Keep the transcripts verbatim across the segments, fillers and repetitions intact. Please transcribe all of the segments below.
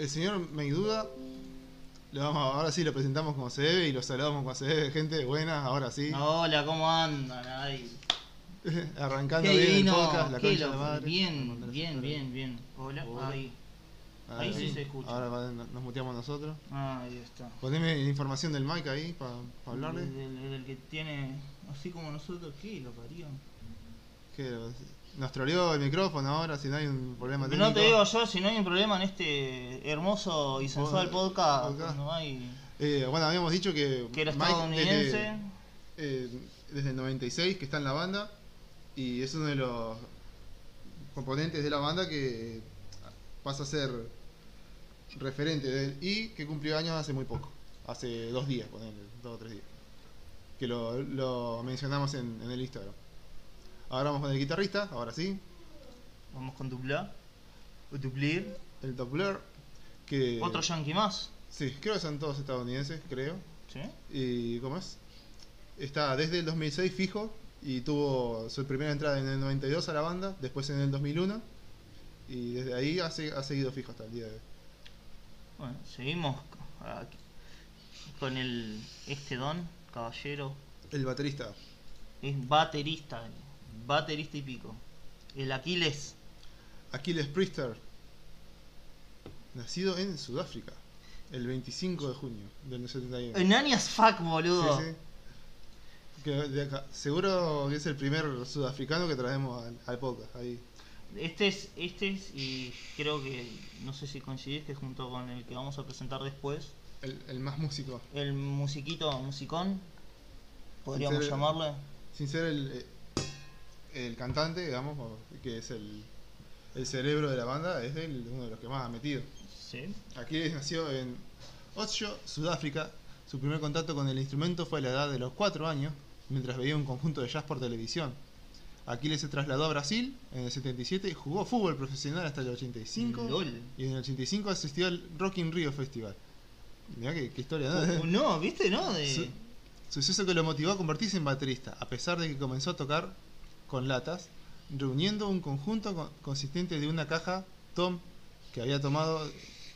el señor Meiduda, lo vamos a- ahora sí lo presentamos como se debe y lo saludamos como se debe. Gente buena, ahora sí. Hola, ¿cómo andan? Ay, Arrancando qué bien el divino, podcast, la qué concha de loco. madre. Bien, bien, bien, bien. Hola, Hola. ahí. Ah, Ahí sí se escucha. Ahora va- nos muteamos nosotros. Ah, ahí está. Poneme información del mic ahí para hablarle. El, el- el que tiene, así como nosotros, ¿qué? Lo parió. Que nos troleó el micrófono ahora, si no hay un problema técnico. No te digo yo, si no hay un problema en este hermoso y sensual podcast, Podcast. no hay... Eh, bueno, habíamos dicho que, Que era Mike estadounidense. Desde, eh, desde el noventa y seis que está en la banda y es uno de los componentes de la banda que pasa a ser referente de él y que cumplió años hace muy poco, hace dos días, ponele, dos o tres días, que lo, lo mencionamos en, en el Instagram. Ahora vamos con el guitarrista, ahora sí, Vamos con Dupla. O Duplir. el Doppler, que Otro yankee más. sí, creo que son todos estadounidenses, creo. ¿Sí? ¿Y cómo es? Está desde el dos mil seis fijo y tuvo su primera entrada en el noventa y dos a la banda, después en el dos mil uno y desde ahí ha, se- ha seguido fijo hasta el día de hoy. Bueno, seguimos aquí con el este don, caballero. El baterista Es baterista, baterista y pico. El Aquiles. Aquiles Priester, nacido en Sudáfrica el veinticinco de junio del setenta y uno. Enani as fuck, boludo. Sí, sí. Que de acá- seguro que es el primer sudafricano que traemos al, al podcast. Ahí. Este es, este es, y creo que, no sé si coincidís, que junto con el que vamos a presentar después, El, el más músico. el musiquito, musicón, podríamos Sin ser- llamarle. Sin ser el, eh, el cantante, digamos, o- que es el, el cerebro de la banda, es el, uno de los que más ha metido. Sí. Aquiles nació en Oslo, Sudáfrica. Su primer contacto con el instrumento fue a la edad de los cuatro años, mientras veía un conjunto de jazz por televisión. Aquiles se trasladó a Brasil en el setenta y siete y jugó fútbol profesional hasta el ochenta y cinco. LOL. Y en el ochenta y cinco asistió al Rock in Rio Festival. Mirá qué, qué historia, ¿no? Uh, no, ¿viste? No, de... Su- suceso que lo motivó a convertirse en baterista, a pesar de que comenzó a tocar con latas, reuniendo un conjunto con- consistente de una caja Tom que había tomado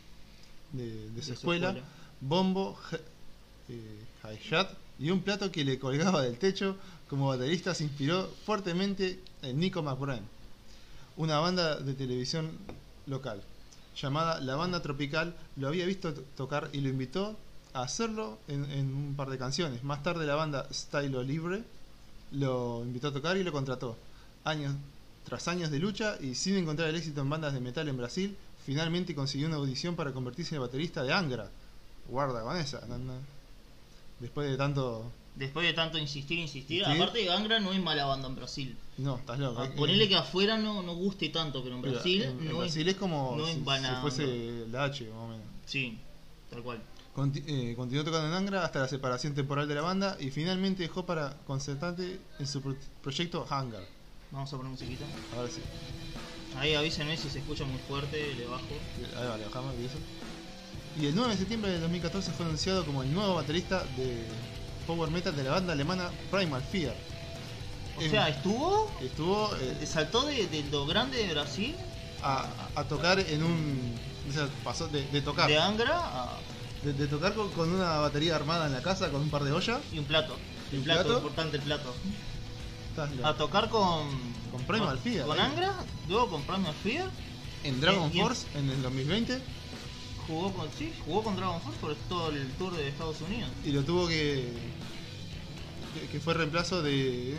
de, de su su escuela, escuela. bombo, hi- eh, hi-hat y un plato que le colgaba del techo. Como baterista se inspiró fuertemente en Nico McBrain, una banda de televisión local llamada La Banda Tropical. Lo había visto to- tocar y lo invitó a hacerlo en, en un par de canciones. Más tarde la banda Stylo Libre lo invitó a tocar y lo contrató. Años tras años de lucha y sin encontrar el éxito en bandas de metal en Brasil, finalmente consiguió una audición para convertirse en el baterista de Angra. Guarda con esa, no, no. Después de tanto... Después de tanto insistir, insistir, Sí. aparte Angra no es mala banda en Brasil. No, estás loco. Ah, Ponele que afuera no, no guste tanto, pero en Pero Brasil en, en no Brasil es... es como no si, es banana, si fuese la H, más o menos. Sí, tal cual. Conti- eh, continuó tocando en Angra hasta la separación temporal de la banda y finalmente dejó para concertante en su pro- proyecto Hangar. Vamos a poner musiquita. Ahora sí. Ahí avísenme si se escucha muy fuerte, le bajo. Ahí vale, bajamos y eso. Y el nueve de septiembre de dos mil catorce fue anunciado como el nuevo baterista de power metal de la banda alemana Primal Fear. O En- sea, estuvo... estuvo eh, Te saltó de, de lo grande de Brasil, a, a tocar en un... O sea, pasó de, de tocar. de Angra, a... De, de tocar con, con una batería armada en la casa con un par de ollas. y un plato. ¿Y El un plato, plato? importante el plato. Estás loco. A tocar con... Con Primal con- Fear, Con ahí. Angra, luego con Primal Fear. En Dragon y en- Force en el dos mil veinte. Jugó con, sí, jugó con Dragon Force por todo el tour de Estados Unidos. Y lo tuvo que. que, que fue reemplazo de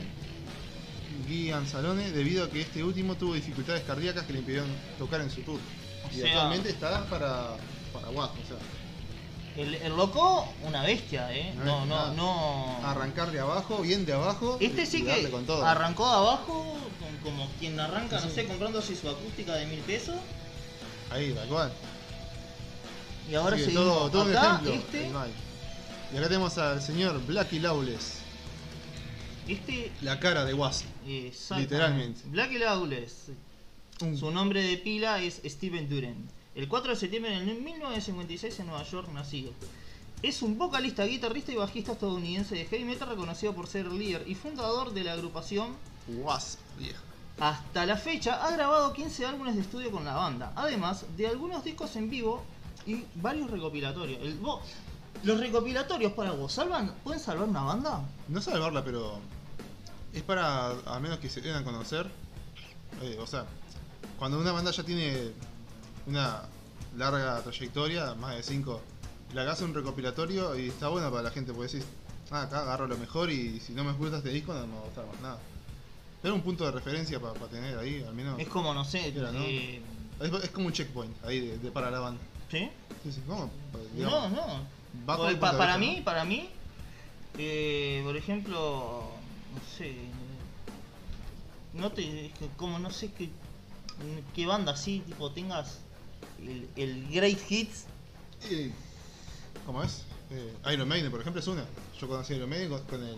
Guy Anzalone debido a que este último tuvo dificultades cardíacas que le impidieron tocar en su tour. O Y sea- actualmente está para. para Guapo, o sea, El, el loco, una bestia, eh. Una No, bestia, no, nada. no. arrancar de abajo, bien de abajo. Este y- sí y que darle con todo. arrancó de abajo, con- como quien arranca, no Sí. sé, comprándose su acústica de mil pesos. Ahí, tal cual. Y ahora Así que seguimos todo, todo un acá, ejemplo. este, el Mike. Y acá tenemos al señor Blackie Lawless, este, la cara de Wasp. exactamente. Literalmente. Blackie Lawless. Un- Su nombre de pila es Steven Duren. El cuatro de septiembre de mil novecientos cincuenta y seis en Nueva York nacido. Es un vocalista, guitarrista y bajista estadounidense de heavy metal reconocido por ser el líder y fundador de la agrupación. Wasp, vieja. Hasta la fecha ha grabado quince álbumes de estudio con la banda, además de algunos discos en vivo y varios recopilatorios. El, vos, los recopilatorios para vos, ¿salvan? ¿Pueden salvar una banda? No salvarla, pero es para, a menos que se den a conocer. Eh, o sea, cuando una banda ya tiene una larga trayectoria, más de cinco, le hagas un recopilatorio y está bueno para la gente, porque decís, ah, acá agarro lo mejor y si no me gusta este disco no me va a gustar más nada. Pero un punto de referencia para pa tener ahí, al menos. Es como, no sé, Era, ¿no? eh, es, es como un checkpoint ahí de, de para la banda. ¿sí? Sí, sí, ¿cómo? No, no. Va con Por- el pa- punto de para vista, mí, ¿no? para mí, eh, por ejemplo, no sé, no te, es que como no sé qué, qué banda así, tipo tengas el, el Great Hits. Y, ¿cómo es? Eh, Iron Maiden, por ejemplo, es una. Yo conocí a Iron Maiden con, con el.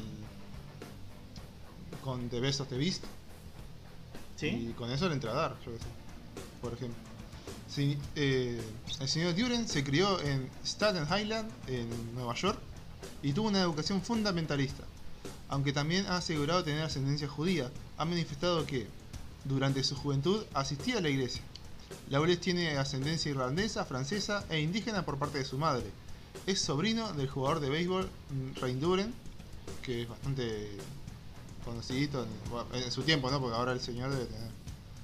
con The Best of the Beast. ¿Sí? Y con eso le entra a dar, yo qué sé. Por ejemplo. Sí, eh, el señor Duren se crió en Staten Island, en Nueva York, y tuvo una educación fundamentalista. Aunque también ha asegurado tener ascendencia judía, ha manifestado que, durante su juventud, asistía a la iglesia. Lawless tiene ascendencia irlandesa, francesa e indígena por parte de su madre. Es sobrino del jugador de béisbol Ray Duren, que es bastante conocidito en, bueno, en su tiempo, ¿no? Porque ahora el señor debe tener,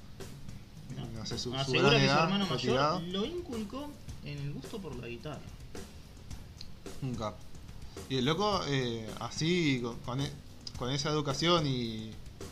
no sé, su, su Asegura gran que su edad, hermano retirado. mayor lo inculcó en el gusto por la guitarra. Un capo. Y el loco, eh, así, con, con, e- con esa educación y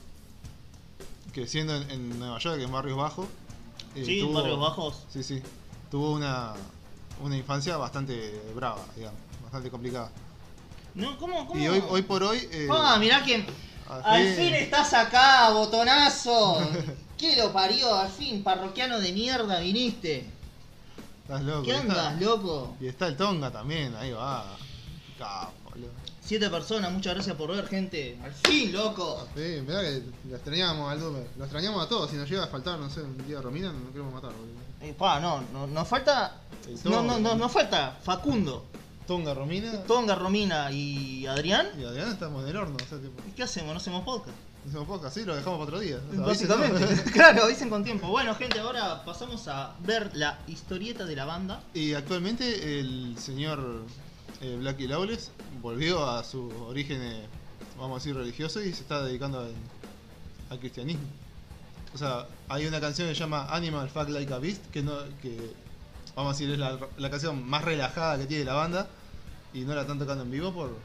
creciendo en, en Nueva York, en barrios bajos. eh, Sí, en barrios bajos. Sí, sí. Tuvo una, una infancia bastante brava, digamos, bastante complicada. No, ¿cómo, cómo? Y hoy, hoy por hoy. Eh, Ah, mirá que al al fin- fin estás acá, botonazo. ¿Qué lo parió? Al fin, parroquiano de mierda, viniste. Estás loco. ¿Qué y está- andas, loco? Y está el Tonga también, ahí va. Capo, boludo. Siete personas, muchas gracias por ver, gente. Al fin, loco. Sí, mirá que lo extrañamos, Aldo. Lo extrañamos a todos. Si nos llega a faltar, no sé, un día Romina, no queremos matar, boludo. Eh, pa, no, no, nos falta. El No, Tonga. no, no, nos falta Facundo, Tonga, Romina. Tonga, Romina y Adrián. Y Adrián estamos en el horno, o sea, tipo, ¿Y qué hacemos? ¿No hacemos podcast? hacemos poco así, lo dejamos para otro día. O sea, Básicamente. avisen, Claro, avisen con tiempo. Bueno, gente, ahora pasamos a ver la historieta de la banda. ¿no? Y actualmente el señor eh, Blackie Lawless volvió a su origen, eh, vamos a decir, religioso y se está dedicando al, al cristianismo. O sea, hay una canción que se llama Animal Fuck Like a Beast, que no, que vamos a decir es la, la canción más relajada que tiene la banda y no la están tocando en vivo por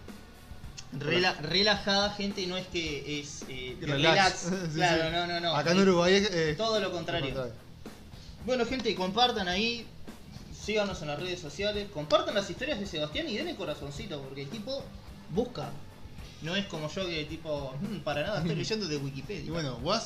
Rela- relajada, gente, no es que es eh, de relax. relax. Sí, Claro, sí. no, no, no. Acá en Es Uruguay es eh, todo lo contrario. Bueno, gente, compartan ahí, síganos en las redes sociales, compartan las historias de Sebastián y denle corazoncito, porque el tipo busca. No es como yo que tipo, "Mm, para nada estoy leyendo de Wikipedia". Y bueno, Wasp,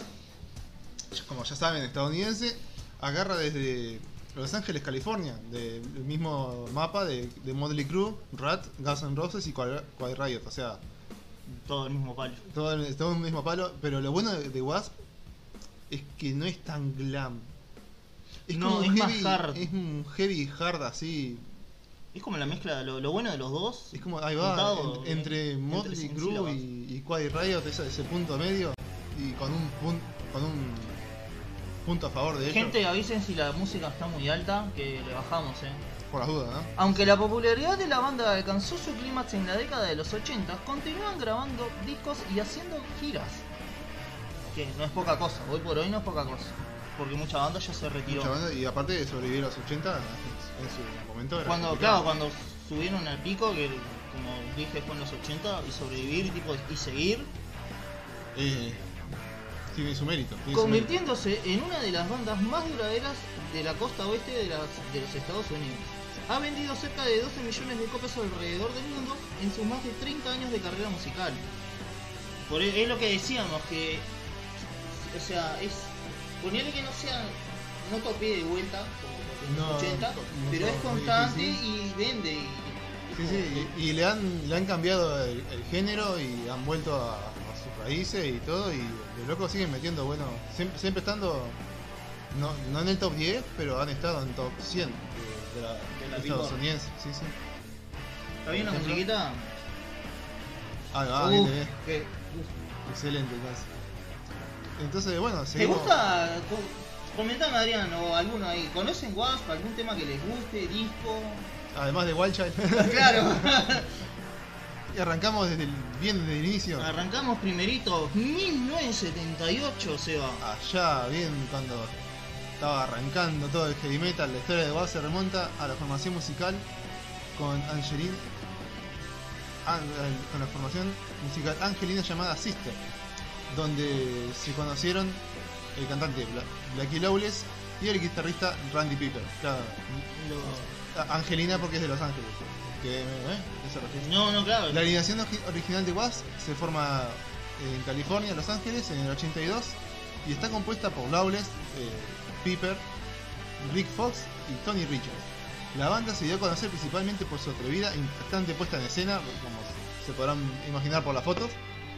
como ya saben, estadounidense, agarra desde Los Ángeles, California, del mismo mapa de, de Motley Crue, Rat, Guns N' Roses y Quiet Quiet Riot. O sea, Todo el mismo palo. todo el, todo el mismo palo. Pero lo bueno de, de Wasp es que no es tan glam. Es No, como es un más heavy, hard. Es un heavy hard así. Es como la mezcla, lo, lo bueno de los dos. Es como, ahí va, juntado, en- entre eh, Motley entre Crue sílabas. y, y Quiet Riot, ese, ese punto medio. Y con un, pun- con un punto a favor de ellos. Gente, avisen si la música está muy alta, que le bajamos, eh. Por las dudas, ¿no? Aunque la popularidad de la banda alcanzó su clímax en la década de los ochenta, continúan grabando discos y haciendo giras. Que no es poca cosa, hoy por hoy no es poca cosa. Porque mucha banda ya se retiró. Mucha banda, y aparte de sobrevivir a los ochenta, en su momento era Cuando, complicado. claro, cuando subieron al pico, que como dije fue en los ochenta, y sobrevivir tipo, y seguir, Eh, tiene su mérito. tiene su convirtiéndose en una de las bandas más duraderas de la costa oeste de, las, de los Estados Unidos. Ha vendido cerca de doce millones de copias alrededor del mundo en sus más de treinta años de carrera musical. Por e- es lo que decíamos, que o sea, es ponerle que no sea, no tope de vuelta como en los No, ochenta, no, pero no, es muy constante difícil. y vende. Y, mérito. Sí, sí, y, y le, han, le han cambiado el, el género y han vuelto a, a sus raíces y todo. Y los locos siguen metiendo, bueno, siempre, siempre estando, no, no en el top diez, pero han estado en top cien de, de la, De la estadounidense. Sí, sí. ¿Está bien la Por ejemplo. musiquita? Ah, ah, Uf, bien, bien. qué- uf. Excelente, entonces. Entonces, bueno, ¿Te seguimos. gusta? Comentame, Adrián, o alguno ahí. ¿Conocen Wasp? ¿Algún tema que les guste? ¿Disco? Además de Wild Child. Claro. Y arrancamos desde el, bien desde el inicio. Arrancamos primerito, mil novecientos setenta y ocho, Seba. Allá, bien cuando estaba arrancando todo el heavy metal, la historia de Wasp se remonta a la formación musical con Angelina, an, con la formación musical angelina llamada Sister, donde se conocieron el cantante Blackie Lawless y el guitarrista Randy Piper. Claro, lo, Angelina porque es de Los Ángeles. Que, ¿eh? Eso refiere. No, no, claro. La alineación original de Wasp se forma en California, Los Ángeles, en el ochenta y dos y está compuesta por Lawless, eh, Piper, Rick Fox y Tony Richards. La banda se dio a conocer principalmente por su atrevida e impactante puesta en escena, como se podrán imaginar por las fotos,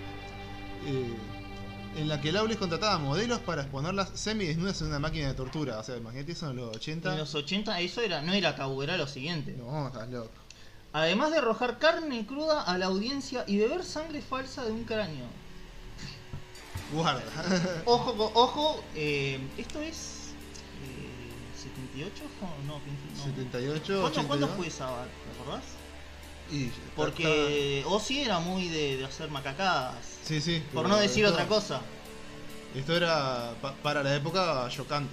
eh, en la que Lawless contrataba modelos para exponerlas semidesnudas en una máquina de tortura. O sea, imagínate eso en los ochenta. En los ochenta eso era, no era tabú, era lo siguiente. No, estás loco. Además de arrojar carne cruda a la audiencia y beber sangre falsa de un cráneo. Guarda. Ojo, ojo, eh, esto es eh, setenta y ocho, no, no. setenta y ocho, ¿Cuándo, ochenta y dos. ¿Cuándo fue esa? ¿Te acordás? Y Porque Ozzy era muy de, de hacer macacadas. Sí, sí. Por no decir esto, otra cosa. Esto era pa para la época chocante.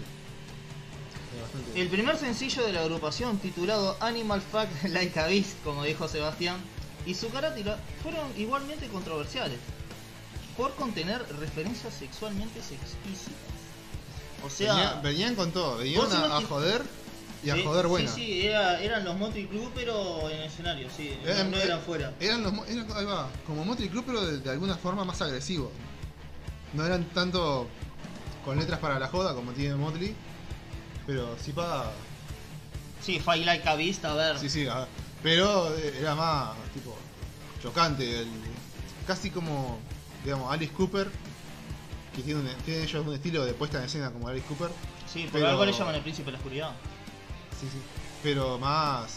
El primer sencillo de la agrupación, titulado Animal Fuck Like a Beast, como dijo Sebastián, y su carátula fueron igualmente controversiales por contener referencias sexualmente explícitas. O sea, Venía, venían con todo, venían a, a joder y a sí, joder buena. Sí, sí, era, eran los Motley Crue, pero en escenario, sí, eran, no, no eran fuera. Eran los, eran, ahí va, como Motley Crue, pero de, de alguna forma más agresivo. No eran tanto con letras para la joda como tiene Motley, pero sí para... Sí, Fight Like a Beast, a ver. Sí, sí, a ver. Pero era más, tipo, chocante, el, casi como, digamos, Alice Cooper, que tiene, un, tiene ellos un estilo de puesta en escena como Alice Cooper. Sí, por pero, algo le llaman el príncipe de la oscuridad. Sí, sí, pero más, no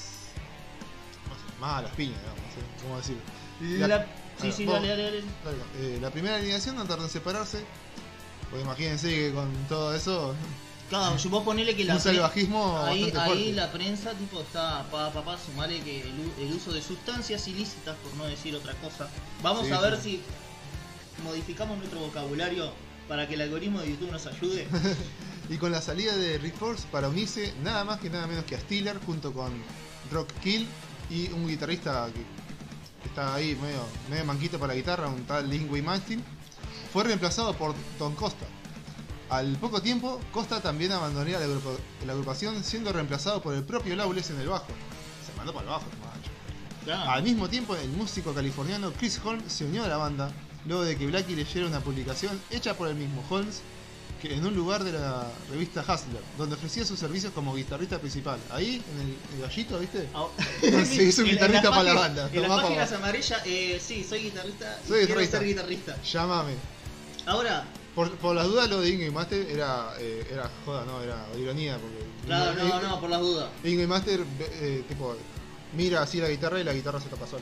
sé, más a las piñas, digamos, no sé cómo decirlo. La, la, sí, sí, vos, dale, dale, dale. Eh, la primera alineación no tardó en separarse, pues imagínense que con todo eso... Claro, vos ponele que la un salvajismo ahí, bastante ahí fuerte. la prensa tipo está pa papá, sumale que el, el uso de sustancias ilícitas, por no decir otra cosa. Vamos sí, a ver sí. si modificamos nuestro vocabulario para que el algoritmo de YouTube nos ayude. Y con la salida de Rick Fox para unirse nada más que nada menos que a Steeler junto con Rock Kill y un guitarrista que, que está ahí medio, medio manquito para la guitarra, un tal Lingway Martin, fue reemplazado por Tom Costa. Al poco tiempo, Costa también abandonaría la, agrupa la agrupación, siendo reemplazado por el propio Lawless en el bajo. Se mandó para el bajo, macho. Claro. Al mismo tiempo, el músico californiano Chris Holmes se unió a la banda, luego de que Blackie leyera una publicación hecha por el mismo Holmes, que en un lugar de la revista Hustler, donde ofrecía sus servicios como guitarrista principal. Ahí, en el, el gallito, ¿viste? Oh. Sí, es un guitarrista para la banda. En las Tomá páginas pa... amarillas, eh, sí, soy guitarrista y Soy quiero guitarrista. ser guitarrista. Llámame. Ahora, Por, por las dudas, lo de Ingrid Master era, eh, era joda, no, era ironía. Porque claro, Ingrid, no, no, por las dudas. Ingrid Master, eh, tipo, mira así la guitarra y la guitarra se toca sola.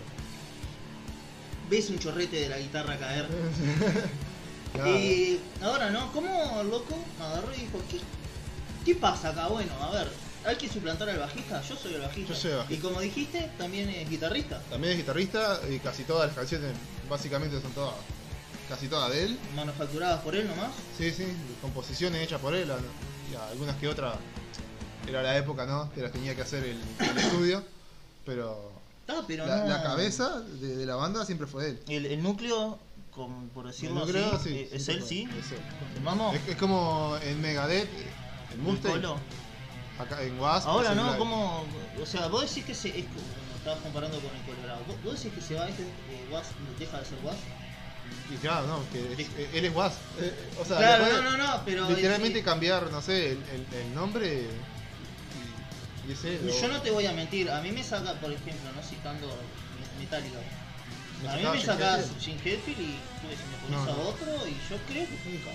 Ves un chorrete de la guitarra caer. Claro. Y ahora, ¿no? ¿Cómo loco agarró y dijo, ¿qué, qué pasa acá? Bueno, a ver, hay que suplantar al bajista. Yo soy el bajista. Yo soy el bajista. Y como dijiste, también es guitarrista. También es guitarrista y casi todas las canciones básicamente son todas, casi todas de él. Manufacturadas por él nomás. Sí, sí, composiciones hechas por él, y algunas que otras era la época, ¿no? Que las tenía que hacer el, el estudio, pero, Ah, pero la, no. la cabeza de, de la banda siempre fue él. El, el núcleo, como por decirlo El núcleo, así, sí, eh, es sí, él, fue, sí. es él. ¿Confirmamos? Es, es como en Megadeth, en Mustaine, Colo. acá en Wasp. Ahora, es ¿no? el- ¿Cómo? O sea, vos decís que se. Es, como estabas comparando con el Colorado. ¿Vos, vos decís que se va este eh, Wasp, deja de ser Wasp? Y claro, no, que es- él es Wasp. Eh, o sea, Claro, le puede no, no, no, pero. literalmente eh, cambiar, no sé, el, el- el nombre y, y es él. Yo o- no te voy a mentir, a mí me saca, por ejemplo, no citando Metallica. me A mí sacaba me Jim sacás Hetfield. Jim Hetfield y tú decís, me pones No, a no. otro y yo creo que nunca.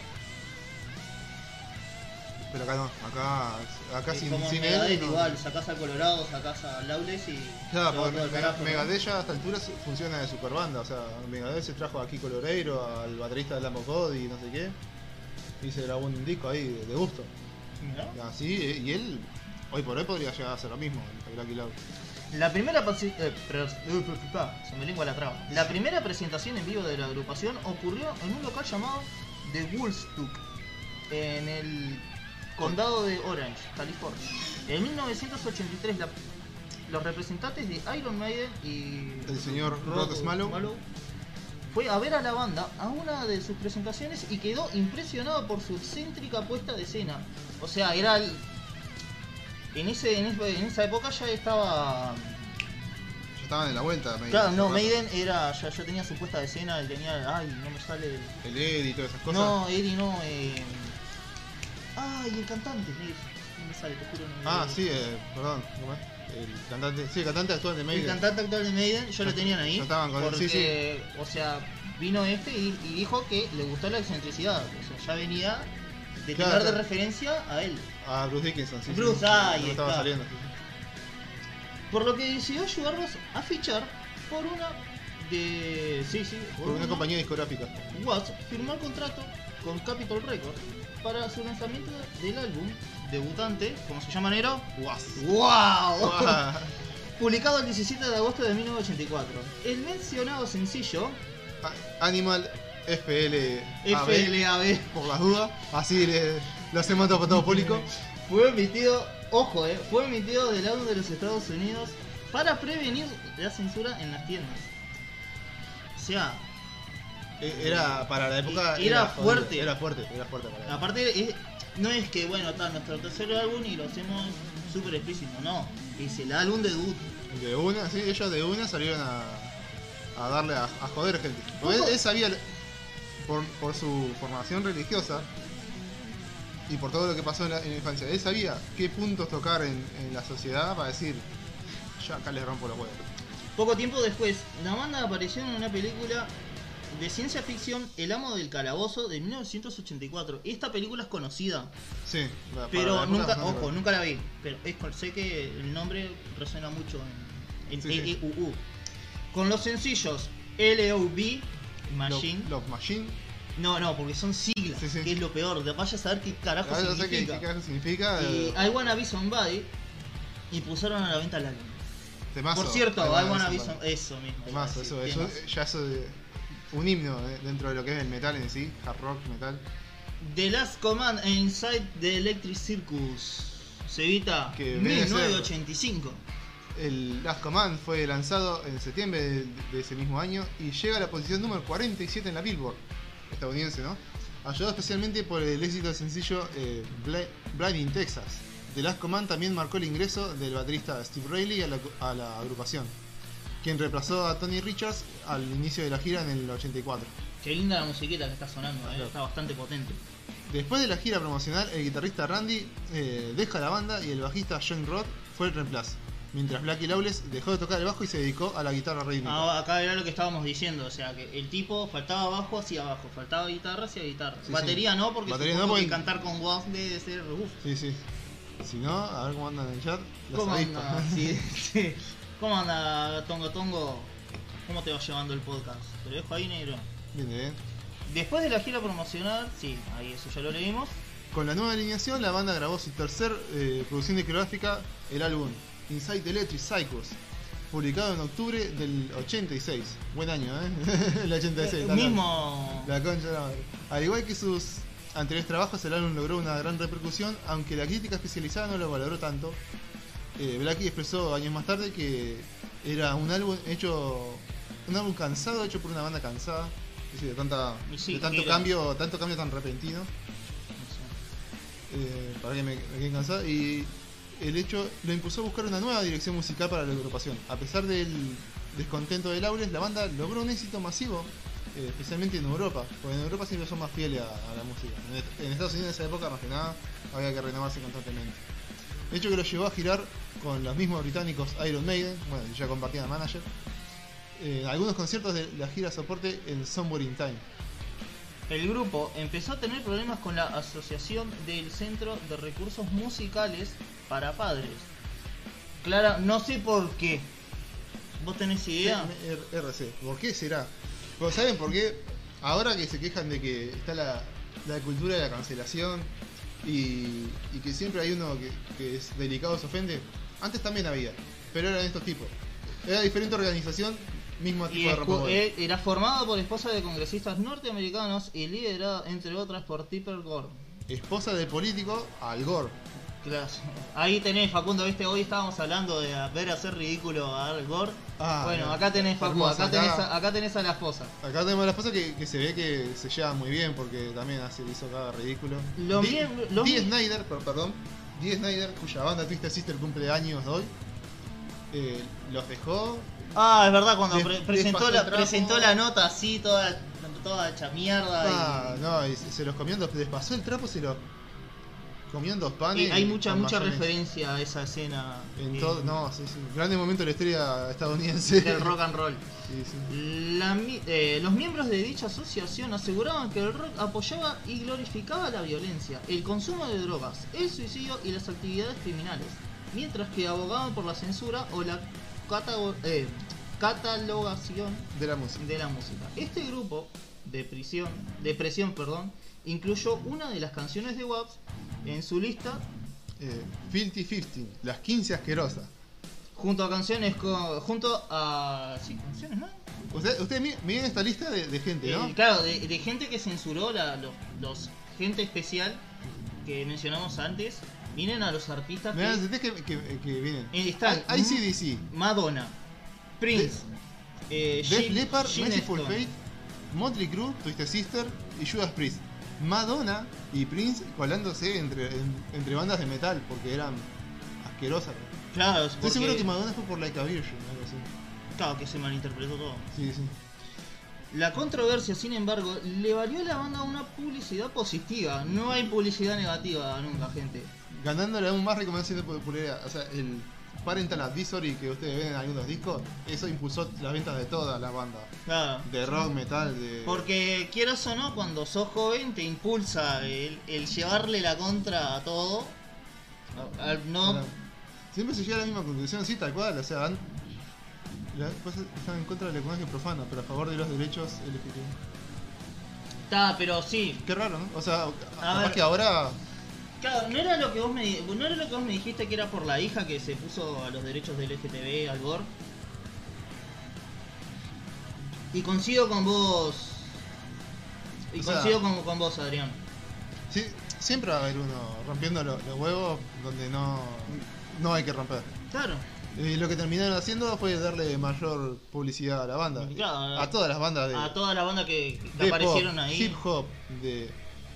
Pero acá no, acá, acá Es sin, como sin en él. Megadeth no. igual, sacás al Colorado, sacás a Lawless y Claro, se va porque todo el Mega- carajo, ¿no? Megadeth ya a esta altura su- funciona de superbanda. O sea, Megadeth se trajo a Kiko Loureiro, al baterista de Lamb of God y no sé qué. Y se grabó un disco ahí de, de gusto. Mirá. Así, eh, y él, hoy por hoy, podría llegar a hacer lo mismo, el Blackie Lawless. La primera pasi- eh, pre- se me lengua la traba. La primera presentación en vivo de la agrupación ocurrió en un local llamado The Woolstock, en el condado de Orange, California. En mil novecientos ochenta y tres la- los representantes de Iron Maiden y El señor Rod Smallwood fue a ver a la banda a una de sus presentaciones y quedó impresionado por su excéntrica puesta de escena. O sea, era el- en ese en, ese- en esa época ya estaba. Ya estaban en la vuelta. Maiden. Claro, no, Hace rato. Maiden era ya, ya tenía su puesta de escena, él tenía, ay, no me sale. El Eddie y todas esas cosas. No, Eddie no, eh... ay, el cantante, Nils. No me sale, te juro. No me Ah, sale. sí, eh, perdón. ¿cómo es? El cantante, sí, el cantante actual de Maiden. El cantante actual de Maiden, ya lo tenían ahí. Ya estaban con él, porque, sí, o sea, vino este y, y dijo que le gustó la excentricidad. O sea, ya venía de Claro, tener de claro. referencia a él. A Bruce Dickinson, sí. Bruce, sí, ahí no estaba está. saliendo. sí, sí. Por lo que decidió ayudarlos a fichar por una de. Sí, sí, Por una compañía discográfica. Watts firmó el contrato con Capitol Records para su lanzamiento del álbum debutante, ¿cómo se llama, Nero? Was. ¡Wow! Was. Publicado el diecisiete de agosto de mil novecientos ochenta y cuatro. El mencionado sencillo, A- Animal F L A B, F L A B, por las dudas. Así le, lo hacemos todo, todo público. fue emitido, ojo, eh, fue emitido del lado de los Estados Unidos para prevenir la censura en las tiendas. O sea, Eh, Era para la época. Era jodido, fuerte. Era fuerte, era fuerte para la aparte, es- no es que, bueno, está nuestro tercer álbum y lo hacemos súper explícito, no. Es el álbum debut. De una, sí, ellos de una salieron a, a darle a, a joder gente. Porque él, Ojo. él sabía, por, por su formación religiosa y por todo lo que pasó en la, en la infancia, él sabía qué puntos tocar en, en la sociedad para decir, yo acá les rompo los huevos. Poco tiempo después, la banda apareció en una película de ciencia ficción, El amo del calabozo, de mil novecientos ochenta y cuatro. Esta película es conocida, Sí, para pero la época nunca, bastante ojo, buena. nunca la vi. Pero es, con- sé que el nombre resuena mucho en, en Sí, sí. E E U U. Con los sencillos L O V, Machine. Love, Love Machine. No, no, porque son siglas, Sí, sí. que es lo peor. De vaya a saber qué carajo Ah, no sé qué, significa. qué carajo significa. Y eh, I Wanna Be Somebody, y pusieron a la venta el álbum. temazo. Por cierto, I I Wanna Wanna Be Be Somebody. Some- Eso mismo. Temazo, eso, sí, eso, temas. ya eso de un himno eh, dentro de lo que es el metal en sí, hard rock, metal. The Last Command e Inside the Electric Circus. Cevita, Que viene a ser- mil novecientos ochenta y cinco. El Last Command fue lanzado en septiembre de, de ese mismo año y llega a la posición número cuarenta y siete en la Billboard estadounidense, ¿no? Ayudado especialmente por el éxito del sencillo eh, Bla- Blinding Texas. The Last Command también marcó el ingreso del baterista Steve Reilly a la, a la agrupación, quien reemplazó a Tony Richards al inicio de la gira en el ochenta y cuatro. Qué linda la musiquita que está sonando, eh, Claro. está bastante potente. Después de la gira promocional, el guitarrista Randy eh, deja la banda y el bajista John Roth fue el reemplazo, mientras Blackie Lawless dejó de tocar el bajo y se dedicó a la guitarra rítmica. Ah, acá era lo que estábamos diciendo, o sea que el tipo faltaba bajo hacia abajo, faltaba guitarra hacia guitarra. Sí, Batería sí. no, porque Batería supongo no, porque- que cantar con Waff debe ser uf. Sí, sí. Si no, a ver cómo andan en el chat. Las ¿Cómo avispas. anda? Sí, sí. ¿Cómo anda Tongo Tongo? ¿Cómo te va llevando el podcast? Te lo dejo ahí, negro. Bien, bien. Después de la gira promocional, sí, ahí eso ya lo leímos. Con la nueva alineación, la banda grabó su tercer eh, producción discográfica, el álbum Inside the Electric Circus, publicado en octubre del ochenta y seis. Buen año, ¿eh? El ochenta y seis. El está mismo. La concha de la madre. Al igual que sus anteriores trabajos, el álbum logró una gran repercusión, aunque la crítica especializada no lo valoró tanto. Eh, Blackie expresó años más tarde que era un álbum hecho, un álbum cansado, hecho por una banda cansada, es decir, de, tanta, Y sí, de tanto era. cambio, tanto cambio tan repentino, eh, para que me, me quede cansado. Y el hecho lo impulsó a buscar una nueva dirección musical para la agrupación. A pesar del descontento de Lawless, la banda logró un éxito masivo, eh, especialmente en Europa, porque en Europa siempre son más fieles a, a la música. En, en Estados Unidos en esa época, más que nada, había que renovarse constantemente. De hecho que lo llevó a girar con los mismos británicos Iron Maiden, bueno, ya compartían manager, eh, algunos conciertos de la gira soporte en Somewhere in Time. El grupo empezó a tener problemas con la Asociación del Centro de Recursos Musicales para Padres. Clara, no sé por qué. ¿Vos tenés idea? R- R C, ¿por qué será? Pero ¿saben por qué? Ahora que se quejan de que está la, la cultura de la cancelación y, y que siempre hay uno que, que es delicado, se ofende. Antes también había, pero eran estos tipos. Era diferente organización, mismo tipo Y de escu- ropa. eh, era formado por esposas de congresistas norteamericanos y liderado, entre otras, por Tipper Gore. Esposa del político Al Gore. Claro. Ahí tenés, Facundo, viste, hoy estábamos hablando de ver hacer ridículo a Al Gore. Ah, bueno, no. acá tenés, Facundo, Hermosa, acá tenés, acá- a, acá tenés a la esposa. Acá tenemos a la esposa que, que se ve que se lleva muy bien porque también hace hizo cada ridículo. Lo Dee bien- lo Dee bien- Snyder, per- perdón, Dee Snyder, cuya banda Twisted Sister cumple años hoy, eh, los dejó. Ah, es verdad, cuando Des- pre- presentó, despasó la, el trapo. presentó la nota así, toda, toda hecha mierda. Ah, no, y se se los comió en dos, les pasó el trapo, se los comió en dos y, panes. y hay mucha, con mucha mayonesa. referencia a esa escena En eh, todo, no, sí, sí. Grande momento de la historia estadounidense. del rock and roll. Sí, sí. La mi- eh, los miembros de dicha asociación aseguraban que el rock apoyaba y glorificaba la violencia, el consumo de drogas, el suicidio y las actividades criminales, mientras que abogaban por la censura o la catago- eh, catalogación De la música. de la música. Este grupo de prisión, de presión, perdón, incluyó una de las canciones de W A P S en su lista, Eh, Filthy quince, las quince asquerosas. junto a canciones con, junto a sí, canciones, ¿no? Ustedes usted miren esta lista de, de gente, ¿no? Eh, claro, de, de gente que censuró la, los, los gente especial que mencionamos antes. Miren a los artistas Mirá, que ¿entendés que, que, que vienen? eh, están I C D C, Madonna, Prince, eh, Def Gin- Leppard, Gin Mercyful Stone. Fate, Motley Crue, Twisted Sister y Judas Priest. Madonna y Prince colándose entre, en- entre bandas de metal porque eran asquerosas. Claro, Estoy porque- seguro que Madonna fue por Like a Virgin, algo así. claro que se malinterpretó todo. Sí, sí. La controversia, sin embargo, le valió a la banda una publicidad positiva. No hay publicidad negativa nunca, gente. Ganándole aún más reconocimiento de popularidad. O sea, el Parental Advisory que ustedes ven en algunos discos, eso impulsó las ventas de toda la banda. Claro. De rock, metal, de... Porque quieras o no, cuando sos joven te impulsa el, el llevarle la contra a todo. Al- no, Claro. Siempre se llega a la misma conclusión, sí, tal cual. O sea, han- las cosas están en contra del lenguaje profano, pero a favor de los derechos L G B T. está, pero sí. Qué raro, ¿no? O sea, A capaz ver. que ahora... Claro, no era lo que vos me di- no era lo que vos me dijiste que era por la hija que se puso a los derechos del L G T B, al Gore. Y coincido con vos. Y O sea- coincido con, con vos, Adrián. Sí, siempre va a haber uno rompiendo lo- los huevos donde no, no hay que romper. Claro. Y lo que terminaron haciendo fue darle mayor publicidad a la banda. Claro, a todas las bandas de, A toda la banda que, que de aparecieron pop, ahí. hip hop, de...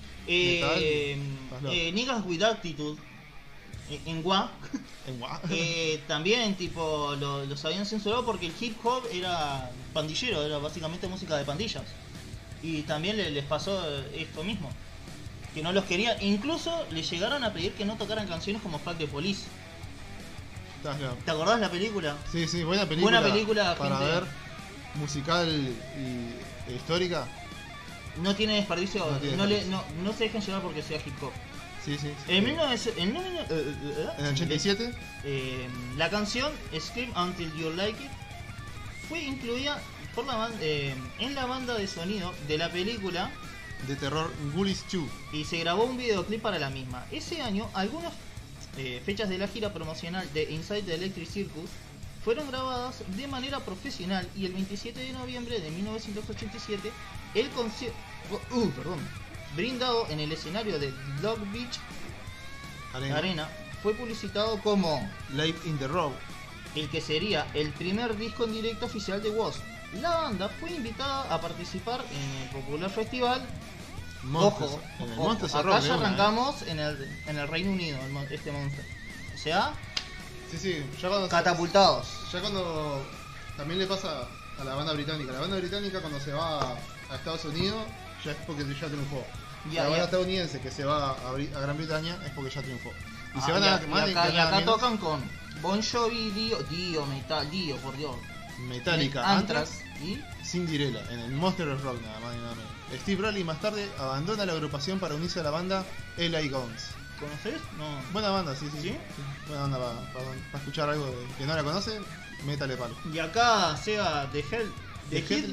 Eh, metal, eh, Niggas with Attitude eh, en W A en gua- eh, también tipo lo- los habían censurado porque el hip hop era pandillero, era básicamente música de pandillas. Y también le- les pasó eh, esto mismo, que no los querían, incluso les llegaron a pedir que no tocaran canciones como Fuck the Police. Estás claro. ¿Te acordás la película? Sí, sí, buena película. Buena película, para gente. ver, musical y e histórica. No tiene desperdicio, No no, tiene le- desperdicio. no, no se dejen llevar porque sea hip hop. Sí, sí. sí. En mil novecientos en mil novecientos eh, eh, eh, En el ochenta y siete, Eh, la canción Scream Until You Like It fue incluida por la ban- eh, en la banda de sonido de la película de terror Ghoulish dos. y se grabó un videoclip para la misma. Ese año, algunas eh, fechas de la gira promocional de Inside the Electric Circus fueron grabadas de manera profesional y el veintisiete de noviembre de mil novecientos ochenta y siete el concierto uh, perdón, brindado en el escenario de Dog Beach Arena. Arena fue publicitado como Live in the Road. el que sería el primer disco en directo oficial de W A S P. La banda fue invitada a participar en el popular festival. Monsters. Ojo, en el ojo, Monsters acá Rock, ya de una, ¿eh? arrancamos en el, en el Reino Unido, el mon- este Monster. O sea, Sí, sí, ya cuando... catapultados. Ya cuando... También le pasa a la banda británica. La banda británica cuando se va a Estados Unidos ya es porque ya triunfó. Ya, la banda ya. estadounidense que se va a, Bri- a Gran Bretaña es porque ya triunfó. Y se Ah, van y, a a- y más acá, y acá internamente, tocan con Bon Jovi, Dio, Dio, Metal, Dio, por Dios. Metallica, Anthrax Anthrax, y Cinderella, en el Monster of Rock, nada más y nada menos. Steve Raleigh más tarde abandona la agrupación para unirse a la banda L A Guns. ¿conoces? No. Buena banda, sí, sí. ¿Sí? Buena banda para escuchar algo de- que no la conoce, métale palo. Y acá sea The Hell, The The Headless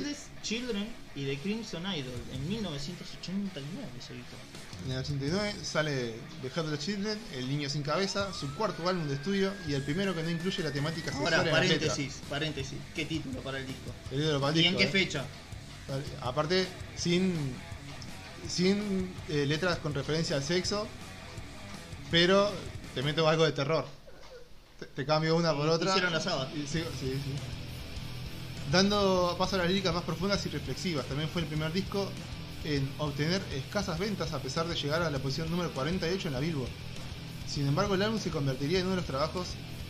Children y The Crimson Idol en mil novecientos ochenta y nueve se editó. En el ochenta y nueve sale The Headless Children, El Niño Sin Cabeza, su cuarto álbum de estudio y el primero que no incluye la temática sexual Ahora, en la letra. paréntesis, paréntesis. ¿Qué título para el disco? El ídolo para el ¿Y disco, en qué eh. fecha? Aparte, sin, sin eh, letras con referencia al sexo, pero te meto algo de terror. Te, te cambio una por Y otra. hicieron la sábana. Y sigo- sí, sí. Dando paso a las líricas más profundas y reflexivas. También fue el primer disco en obtener escasas ventas a pesar de llegar a la posición número cuarenta y ocho en la Billboard. Sin embargo, el álbum se convertiría en uno de los trabajos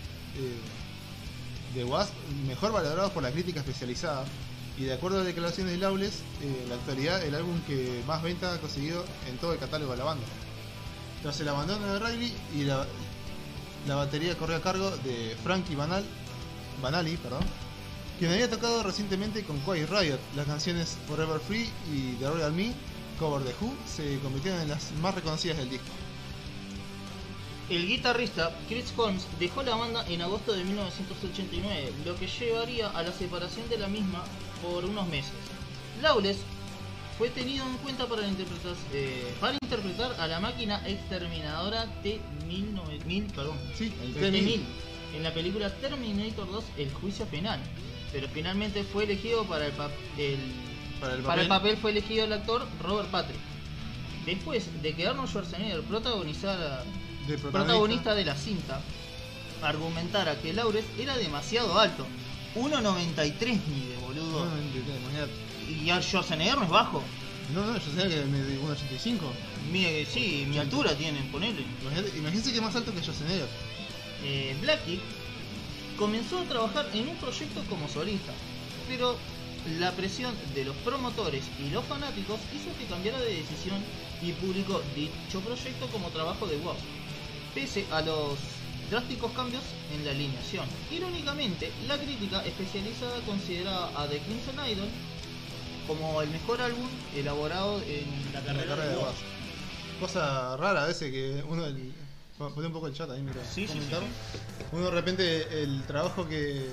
eh, de Wasp mejor valorados por la crítica especializada. Y de acuerdo a declaraciones de Lawless, eh, en la actualidad el álbum que más ventas ha conseguido en todo el catálogo de la banda. Tras el abandono de Riley y la, la batería corrió a cargo de Frankie Banal, Banali, perdón, quien había tocado recientemente con Quiet Riot. Las canciones Forever Free y The Royal Me, cover de Who, se convirtieron en las más reconocidas del disco. El guitarrista Chris Holmes dejó la banda en agosto de mil novecientos ochenta y nueve, lo que llevaría a la separación de la misma por unos meses. Lawless fue tenido en cuenta para, interpretar, eh, para interpretar a la máquina exterminadora T mil, perdón, Sí, el T T mil. mil en la película Terminator dos, El Juicio Final, pero finalmente fue elegido para el, pap el, Para el para el papel. papel fue elegido el actor Robert Patrick. Después de que Arnold Schwarzenegger protagonizara De protagonista de la cinta, argumentara que Lawless era demasiado alto. uno noventa y tres mide, boludo. No, no, no, imagínate. Y a Schwarzenegger no es bajo. No, no, yo sé que me de uno ochenta y cinco. Mide, sí, mi altura tienen, ponele. Imagínate, imagínense que es más alto que Schwarzenegger. Eh, Blackie comenzó a trabajar en un proyecto como solista, pero la presión de los promotores y los fanáticos hizo que cambiara de decisión y publicó dicho proyecto como trabajo de Wasp, pese a los drásticos cambios en la alineación. Irónicamente, la crítica especializada consideraba a The Crimson Idol como el mejor álbum elaborado en la En carrera, la carrera de de Wasp. Wasp. Cosa rara a veces que uno... El, poné un poco el chat ahí, mira. Sí, sí, comentar. sí. Uno de repente el trabajo que...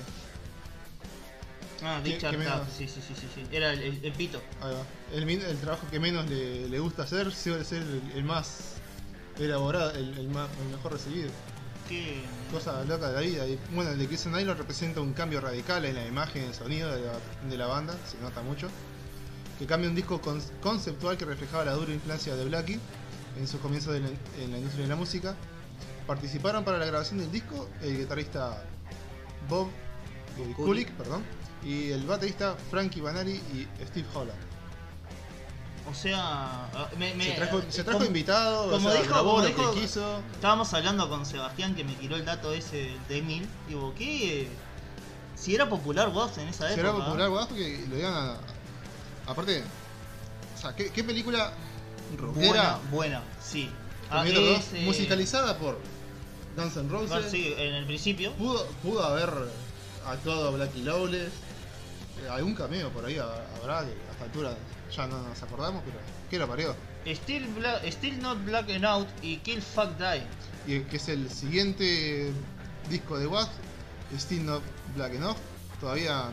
Ah, ¿Qué- Richard qué me Taft, da? sí, sí, sí, sí, sí. Era el, el- el pito. Ahí va. El, min- el trabajo que menos le, le gusta hacer suele ser el, el más elaborado, el, el, más, el mejor recibido. Qué... Cosa loca de la vida. Y bueno, el de Crimson Idol representa un cambio radical en la imagen y el sonido de la, de la banda, se nota mucho. Que cambia un disco con- conceptual que reflejaba la dura influencia de Blackie en sus comienzos de la- en la industria de la música. Participaron para la grabación del disco el guitarrista Bob eh, Kulick. Kulick, perdón, y el baterista Frankie Banali y Steve Holland. O sea, ah, me, me- Se trajo, se trajo como- invitados, como o sea, dijo- grabó como lo dijo- que quiso. Estábamos hablando con Sebastián que me tiró el dato ese de mil. Digo, ¿qué? Si era popular Wasp en esa Será época. popular, guau, porque lo iban a... Aparte, o sea, ¿qué, qué película Buena, rockera? buena, sí. Ah, Terminator es, dos, eh, musicalizada por Guns N' Roses. ah, sí, en el principio. Pudo, pudo haber actuado Blackie Lawless. Eh, algún cameo por ahí habrá que a esta altura ya no nos acordamos, pero ¿qué lo parió? Still, Bla- Still Not Black and Out y Kill Fuck Die. Y que es el siguiente disco de Wasp, Still Not Black Enough, todavía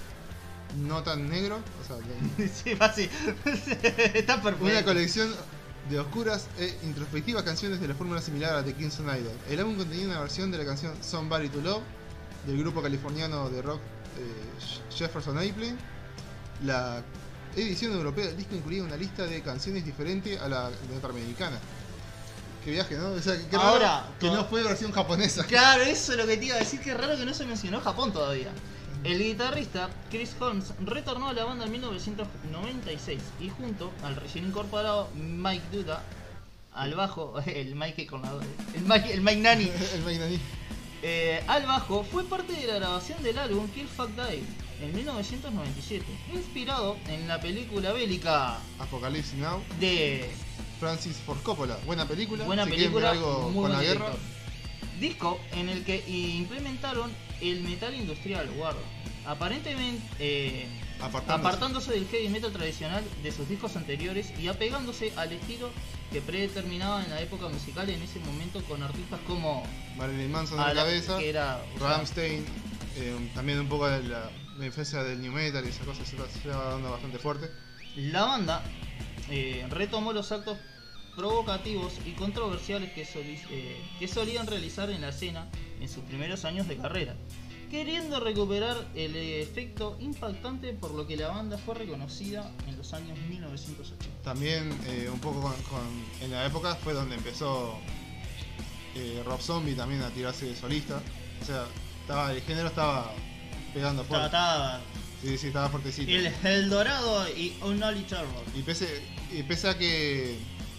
no tan negro, o sea, de- Sí, fácil. Está perfecto. una colección de oscuras e introspectivas canciones de la fórmula similar a The Crimson Idol. El álbum contenía una versión de la canción Somebody to Love del grupo californiano de rock eh, Jefferson Airplane. La edición europea del disco incluía una lista de canciones diferente a la norteamericana. Qué viaje, ¿no? O sea, qué raro Ahora, que to- no fue versión japonesa. Claro, eso es lo que te iba a decir, que raro que no se mencionó Japón todavía. El guitarrista Chris Holmes retornó a la banda en mil novecientos noventa y seis y junto al recién incorporado Mike Duda al bajo, el Mike con la el Mike, el Mike Nani, El Magnani. eh, al bajo, fue parte de la grabación del álbum Kill Fuck Die en mil novecientos noventa y siete, inspirado en la película bélica Apocalypse Now, de Francis Ford Coppola. Buena película. buena si quieren ver película, algo muy con buen la guerra. director. Disco en el que implementaron el metal industrial, guarda. Aparentemente eh, Apartándose. apartándose del heavy metal tradicional de sus discos anteriores y apegándose al estilo que predeterminaba en la época musical en ese momento, con artistas como Marilyn Manson a en la la- cabeza, que era o sea, Rammstein, eh, también un poco de la, la influencia del new metal y esas cosas se estaba dando bastante fuerte. La banda eh, retomó los actos provocativos y controversiales que, soli eh, que solían realizar en la escena en sus primeros años de carrera, queriendo recuperar el efecto impactante por lo que la banda fue reconocida en los años mil novecientos ochenta. También eh, un poco con, con, en la época fue donde empezó eh, Rob Zombie también a tirarse de solista, o sea, estaba, el género estaba pegando fuerte. Estaba, estaba... Sí, sí, estaba fuertecito. El Eldorado y Unholy Terror. Y pese, y pese a que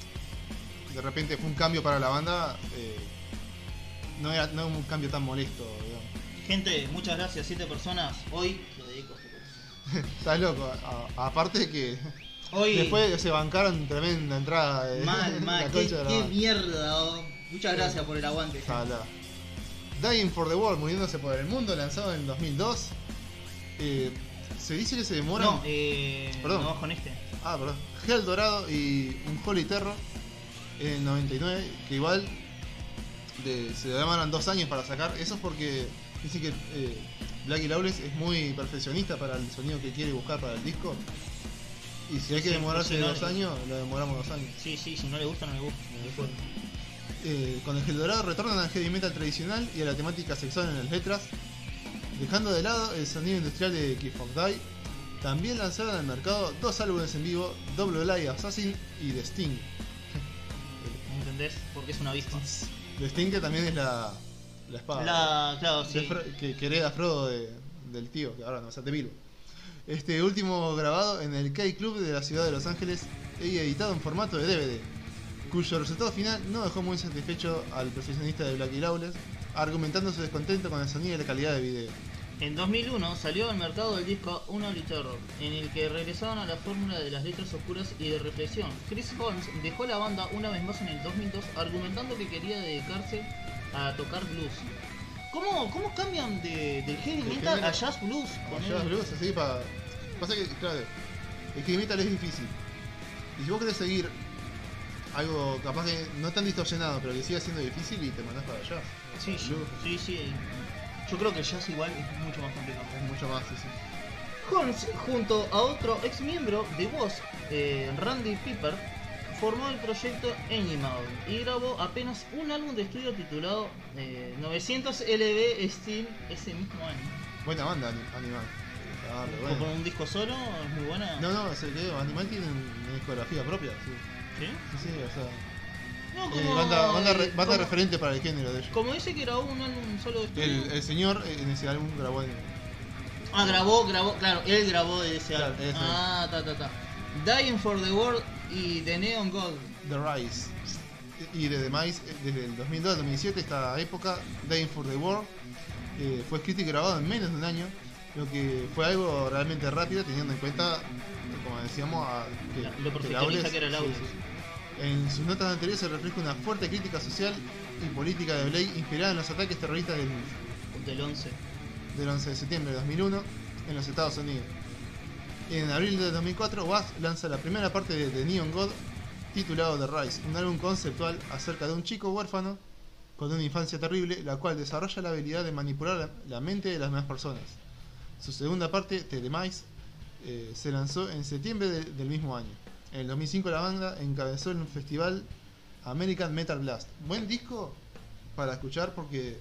de repente fue un cambio para la banda, eh, no era no un cambio tan molesto, digamos. Gente, muchas gracias, siete personas. Hoy lo dedico a este curso. Estás loco, a, aparte que Hoy... después se bancaron tremenda entrada de mal, la mal, concha qué, de la qué banda. mierda. Oh. Muchas gracias por el aguante. Ojalá. Dying for the World, muriéndose por el mundo, lanzado en dos mil dos. Eh, se dice que se demora. No, eh. Perdón. No, con este. Ah, perdón. Hell Dorado y un Holy Terror en el noventa y nueve, que igual de, se demoran dos años para sacar. Eso es porque dicen que eh, Blackie Lawless es muy perfeccionista para el sonido que quiere buscar para el disco. Y si hay que Sí, demorarse si no, dos años, lo demoramos dos años. Sí, sí, si no le gusta, no le gusta. Eh, con el Hell Dorado retornan al heavy metal tradicional y a la temática sexual en las letras, dejando de lado el sonido industrial de Keep of Die. También lanzaron al mercado dos álbumes en vivo, Double Live Assassin y The Sting. ¿Entendés? Porque es una avispa. The Sting, que también es la, la espada La, claro, de sí. Fro que, que hereda Frodo de, del tío, que ahora no, o sea, de Bilbo. Este último grabado en el K-Club de la ciudad de Los Ángeles y editado en formato de D V D, cuyo resultado final no dejó muy satisfecho al perfeccionista de Blackie Lawless, argumentando su descontento con el sonido y la calidad de video. En dos mil uno salió al mercado el disco Unholy Terror, en el que regresaban a la fórmula de las letras oscuras y de reflexión. Chris Holmes dejó la banda una vez más en el dos mil dos, argumentando que quería dedicarse a tocar blues. ¿Cómo, cómo cambian de, del heavy Del metal heavy a jazz blues? Con jazz blues, así para. Pasa que, claro, el heavy metal es difícil. Y si vos querés seguir algo capaz que no tan distorsionado, pero que siga siendo difícil, y te mandás para jazz. Sí, sí, sí, sí. Yo creo que el jazz igual es mucho más complicado. Es mucho más, sí, sí. Holmes, junto a otro ex miembro de Wasp, eh, Randy Piper, formó el proyecto Animal y grabó apenas un álbum de estudio titulado eh, novecientos L B Steel ese mismo año. Buena banda, Animal. Ah, pero ¿Con bueno. un disco solo? ¿Es muy buena? No, no, sé que Animal tiene una discografía propia, sí. ¿Sí? Sí, sí, o sea. No, eh, como, banda banda, re- eh, banda como- referente para el género de ellos. como dice que grabó un álbum solo de estudio. El, el señor eh, en ese álbum grabó el, Ah, grabó, grabó, claro, él grabó de ese Claro, álbum. ese. Ah, ta, ta, ta. Dying for the World y The Neon Gold. The Rise. Y desde, más, desde el dos mil dos al dos mil siete, esta época, Dying for the World, eh, fue escrito y grabado en menos de un año, lo que fue algo realmente rápido, teniendo en cuenta, como decíamos, a, que, La- lo que perfeccionista Lawless- que era Lawless. sí, sí. En sus notas anteriores se refleja una fuerte crítica social y política de Blade inspirada en los ataques terroristas del, Del once. del once de septiembre de dos mil uno en los Estados Unidos. En abril de dos mil cuatro, Wasp lanza la primera parte de The Neon God, titulado The Rise, un álbum conceptual acerca de un chico huérfano con una infancia terrible, la cual desarrolla la habilidad de manipular la, la mente de las demás personas. Su segunda parte, The Demise, eh, se lanzó en septiembre de- del mismo año. En el dos mil cinco la banda encabezó el festival American Metal Blast. Buen disco para escuchar porque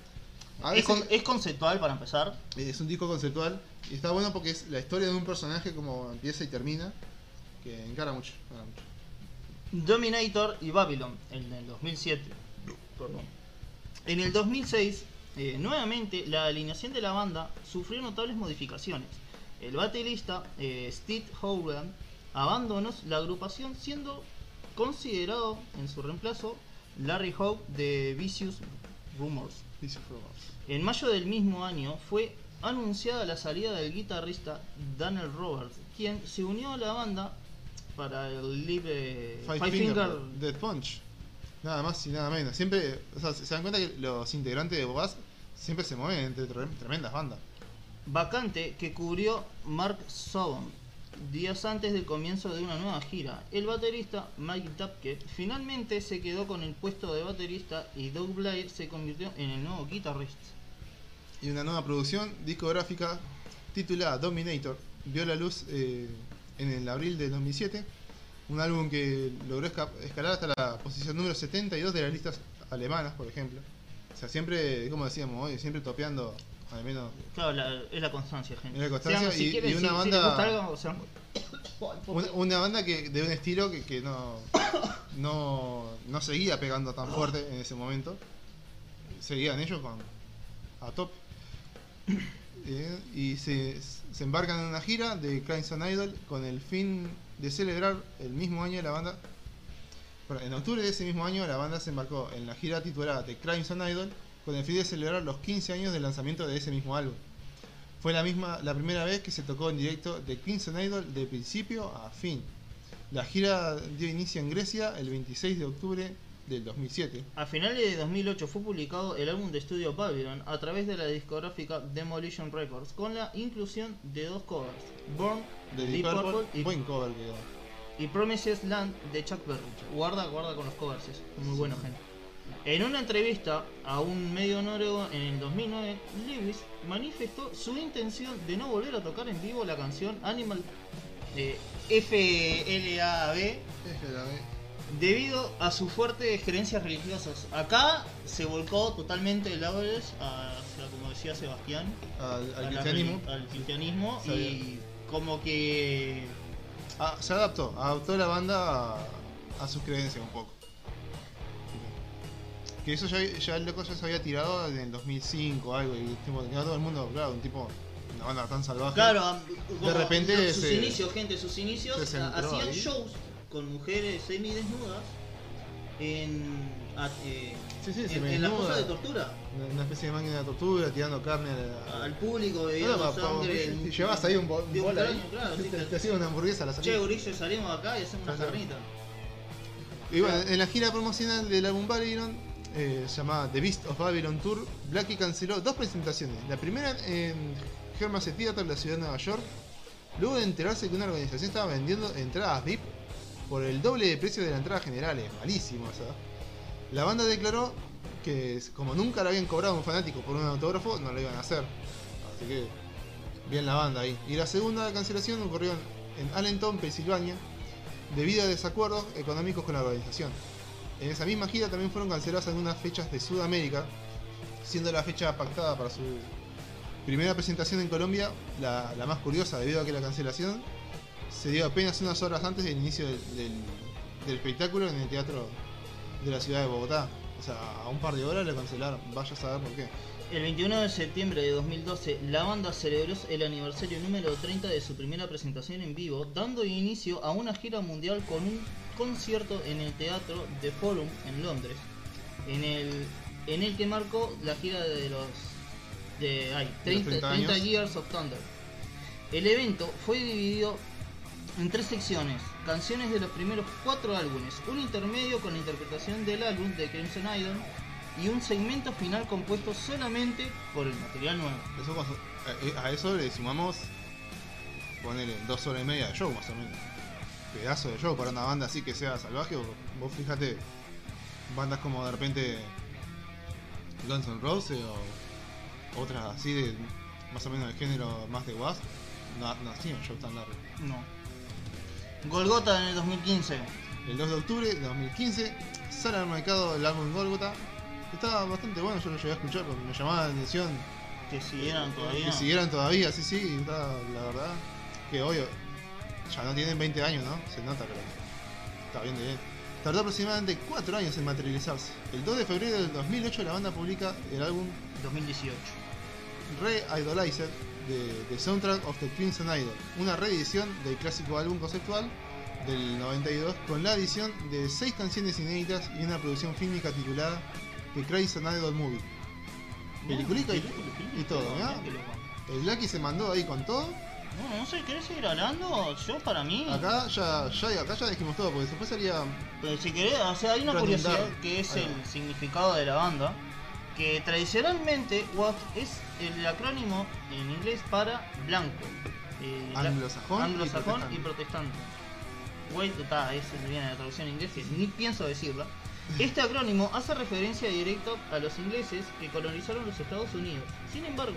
a Es, veces con- es conceptual para empezar. es un disco conceptual y está bueno porque es la historia de un personaje como empieza y termina, que encara mucho. encara mucho. Dominator y Babylon, en el dos mil siete. Perdón. En el dos mil seis, eh, nuevamente, la alineación de la banda sufrió notables modificaciones. El baterista eh, Steve Howland abandonó la agrupación, siendo considerado en su reemplazo Larry Howe de Vicious Rumors. Dice Frogos. En mayo del mismo año fue anunciada la salida del guitarrista Daniel Roberts, quien se unió a la banda para el live Five, Five Finger, Finger. Death Punch. Nada más y nada menos. Siempre, o sea, se dan cuenta que los integrantes de Wasp siempre se mueven entre tre- tremendas bandas. Vacante que cubrió Mark Sobon días antes del comienzo de una nueva gira. El baterista Mike Tapke finalmente se quedó con el puesto de baterista y Doug Blair se convirtió en el nuevo guitarrista. Y una nueva producción discográfica titulada Dominator, vio la luz eh, en el abril de dos mil siete. Un álbum que logró escalar hasta la posición número setenta y dos de las listas alemanas, por ejemplo. O sea, siempre, como decíamos hoy, siempre topeando, al menos... Claro, la, es la constancia, gente. Es la constancia. Sean, si y, quieren, y una si, banda... Si les gusta algo, o sea, una, una banda que de un estilo que, que no, no, no seguía pegando tan fuerte en ese momento. Seguían ellos con a top. Eh, y se, se embarcan en una gira de Crimson Idol con el fin de celebrar el mismo año la banda. Bueno, en octubre de ese mismo año la banda se embarcó en la gira titulada The Crimson Idol con el fin de celebrar los quince años del lanzamiento de ese mismo álbum. Fue la misma la primera vez que se tocó en directo The Crimson Idol de principio a fin. La gira dio inicio en Grecia el veintiséis de octubre del dos mil siete. A finales de dos mil ocho fue publicado el álbum de estudio Babylon a través de la discográfica Demolition Records con la inclusión de dos covers, Born de Deep Deep Purple, Purple, y, buen cover quedó. y Promises Land de Chuck Berry. Guarda, guarda con los covers, es muy Sí. bueno, gente. En una entrevista a un medio noruego en el dos mil nueve, Lewis manifestó su intención de no volver a tocar en vivo la canción Animal eh, F L A B debido a sus fuertes creencias religiosas. Acá se volcó totalmente Lawless hacia, como decía Sebastián, al, al a la cristianismo. reli- al cristianismo Sabía. y como que Ah, se adaptó, adaptó la banda a, a sus creencias un poco. Que eso ya, ya el loco ya se había tirado en el dos mil cinco algo, y tipo, tenía todo el mundo, claro, un tipo, una banda tan salvaje. claro, como de repente sus se- inicios, gente, sus inicios se centró hacían ahí. shows con mujeres semidesnudas en, a- eh, Sí, sí, en, semidesnudas. en las cosas de tortura Una, una especie de máquina de tortura, tirando carne a la- al público, No, bebiendo pa- pa- sangre. si llevabas ahí un, bol, un de un bol ahí, cráneo, claro, sí, te, te- te hacían una hamburguesa a la Che, salida. Gurillo, salimos acá y hacemos una Claro. carnita. Y bueno, en la gira promocional del álbum Babylon, eh, llamada The Beast of Babylon Tour, Blackie canceló dos presentaciones. La primera en Hermase Theater de la ciudad de Nueva York, luego de enterarse que una organización estaba vendiendo entradas V I P por el doble de precio de la entrada general. Es malísimo eso. La banda declaró que como nunca le habían cobrado a un fanático por un autógrafo, no lo iban a hacer. Así que bien la banda ahí. Y la segunda cancelación ocurrió en Allentown, Pensilvania, debido a desacuerdos económicos con la organización. En esa misma gira también fueron canceladas algunas fechas de Sudamérica, siendo la fecha pactada para su primera presentación en Colombia la, la más curiosa, debido a que la cancelación se dio apenas unas horas antes del inicio del, del, del espectáculo en el teatro de la ciudad de Bogotá. O sea, a un par de horas le cancelaron, vaya a saber por qué. El veintiuno de septiembre de dos mil doce, la banda celebró el aniversario número treinta de su primera presentación en vivo, dando inicio a una gira mundial con un concierto en el teatro The Forum en Londres, en el, en el que marcó la gira de los de, ay, treinta, treinta años. treinta Years of Thunder. El evento fue dividido en tres secciones: canciones de los primeros cuatro álbumes, un intermedio con la interpretación del álbum de Crimson Idol y un segmento final compuesto solamente por el material nuevo. Eso, a- a eso le sumamos, ponele dos horas y media de show más o menos. Pedazo de show para una banda así que sea salvaje. Vos, vos fíjate, bandas como de repente Guns N' Roses o otras así de más o menos del género más de Wasp, no, no hacían show tan largo. No. Golgota en el dos mil quince. El dos de octubre de dos mil quince sale al mercado el álbum Golgota. Estaba bastante bueno, yo lo llegué a escuchar porque me llamaba la atención Que siguieran todavía. que siguieran todavía, sí, sí, y está, la verdad que obvio, ya no tienen veinte años, ¿no? Se nota, pero está bien de bien. Tardó aproximadamente cuatro años en materializarse. El dos de febrero del dos mil ocho la banda publica el álbum dos mil dieciocho. Re-Idolized de The Soundtrack of the Crimson Idol, una reedición del clásico álbum conceptual del noventa y dos con la adición de seis canciones inéditas y una producción fílmica titulada The Crimson Idol Movie. Peliculita y, y todo, ¿no? El Blackie se mandó ahí con todo. No, no sé, ¿querés seguir hablando? Yo para mí. Acá ya, ya, acá ya dijimos todo, porque después salía. Pero si querés, o sea, hay una Redundar. curiosidad que es Ahí el va. significado de la banda. Que tradicionalmente W A F es el acrónimo en inglés para blanco. eh, la- Anglosajón y anglosajón protestante. y protestante. White, está, esa viene la traducción en inglés, que ni pienso decirla. Este acrónimo hace referencia directa a los ingleses que colonizaron los Estados Unidos. Sin embargo,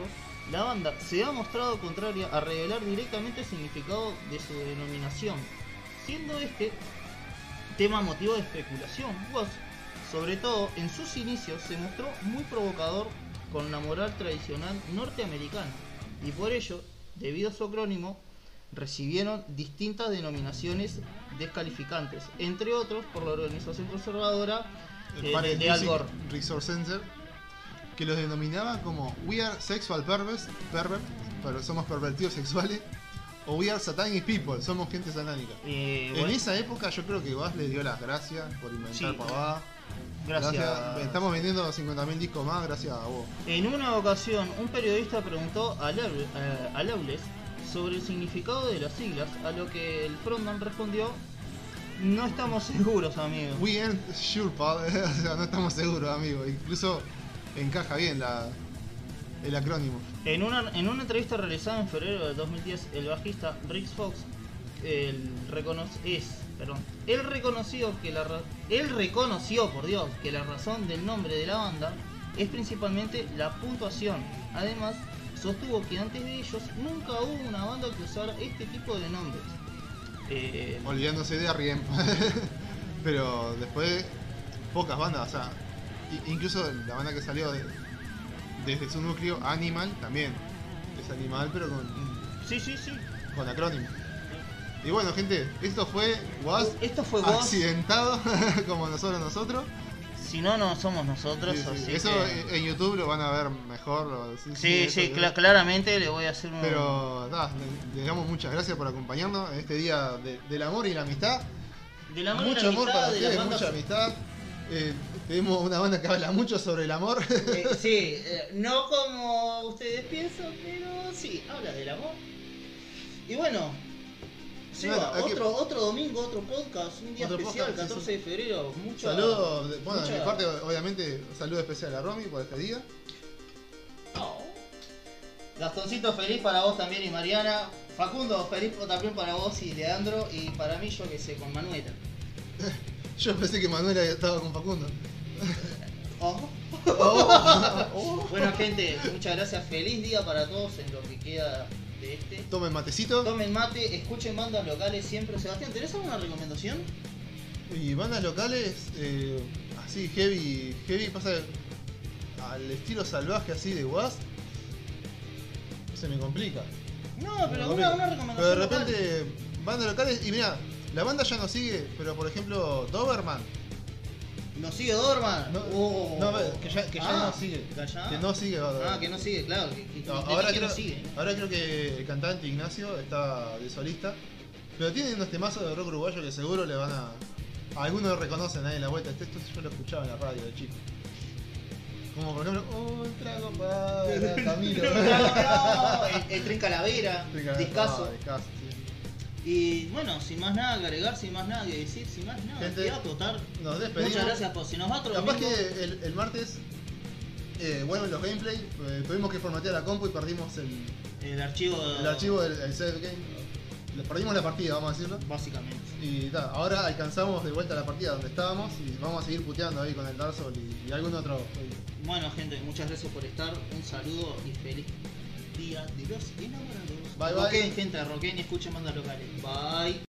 la banda se ha mostrado contraria a revelar directamente el significado de su denominación, siendo este tema motivo de especulación. Was, sobre todo en sus inicios, se mostró muy provocador con la moral tradicional norteamericana, y por ello, debido a su acrónimo, recibieron distintas denominaciones descalificantes, entre otros por la organización conservadora eh, de, de Al Gore. Resource Center, que los denominaba como We are sexual perverts, pervert, pero somos pervertidos sexuales, o We are satanic people, somos gente satánica. Eh, en bueno, esa época yo creo que Bass le dio las gracias por inventar sí, pavada. Gracias. Gracias. Estamos vendiendo cincuenta mil discos más gracias a vos. En una ocasión, un periodista preguntó a Lawless sobre el significado de las siglas, a lo que el frontman respondió: no estamos seguros, amigo. We aren't sure, pal. O sea, no estamos seguros, amigo. Incluso encaja bien la, el acrónimo. En una, en una entrevista realizada en febrero del dos mil diez, el bajista Rick Fox el reconoce, es, perdón, él reconoció que la él reconoció, por Dios, que la razón del nombre de la banda es principalmente la puntuación. Además, sostuvo que antes de ellos nunca hubo una banda que usara este tipo de nombres. Eh, Olvidándose de R E M. Pero después, pocas bandas, o sea, incluso la banda que salió de, desde su núcleo, Animal, también es Animal, pero con, sí, sí, sí. con acrónimo. Y bueno, gente, esto fue Was, esto fue Was accidentado, como nosotros nosotros. Si no, no somos nosotros. Sí, sí. Así eso que... en YouTube lo van a ver mejor. Sí, sí, sí, sí cl claramente le voy a hacer un... Pero da, le, le damos muchas gracias por acompañarnos en este día de, del amor y la amistad. Del amor mucho y la amor amistad, para ustedes, bandas... mucha amistad. Eh, tenemos una banda que habla mucho sobre el amor. Eh, sí, eh, no como ustedes piensan, pero sí, habla del amor. Y bueno, Seba, bueno, otro, otro domingo, otro podcast, un día otro especial, podcast, catorce sí, sí. de febrero. Mucha, saludos, bueno, mucha... de mi parte, obviamente, un saludo especial a Romy por este día. Oh. Gastoncito, feliz para vos también y Mariana. Facundo, feliz también para vos y Leandro. Y para mí, yo que sé, con Manuela. Yo pensé que Manuela estaba con Facundo. Oh. Oh. Oh. Bueno, gente, muchas gracias. Feliz día para todos en lo que queda de este. Tomen matecito. Tomen mate, escuchen bandas locales siempre. Sebastián, ¿tenés alguna recomendación? Y bandas locales, eh, así heavy, heavy pasa al estilo salvaje así de Was, se me complica. No, pero me una, complica. una recomendación. Pero de local. repente, bandas locales, y mira, la banda ya no sigue, pero por ejemplo, Doberman. ¿Nos sigue Dorman? No, oh. no, que ya, que ya Ah, no sigue. ¿que ya? Que no sigue Doberman. Ah, que no sigue, claro. Que, que, No, que ahora, que creo, no sigue. ahora creo que el cantante Ignacio está de solista. Pero tienen unos temazos de rock uruguayo que seguro le van a. Algunos reconocen ahí en la vuelta. Esto yo lo escuchaba en la radio de chico. Como por ejemplo, oh, un trago para Camilo. No, no, el, el Tren Calavera, discazo. No, discazo, sí. Y bueno, sin más nada que agregar, sin más nada que decir, sin más nada Gente, que acotar. Nos despedimos. Muchas gracias por si nos va otro Capaz domingo. que el, el martes eh, vuelven los gameplay. Eh, tuvimos que formatear la compu y perdimos el, El archivo. el archivo del el save game. Le perdimos la partida, vamos a decirlo. Básicamente. Y ta, ahora alcanzamos de vuelta la partida donde estábamos y vamos a seguir puteando ahí con el Dark Souls y, y algún otro juego. Bueno, gente, muchas gracias por estar. Un saludo y feliz día de los enamorados. Bye, bye. Roquen, gente, roquen y escuchen bandas locales. Bye.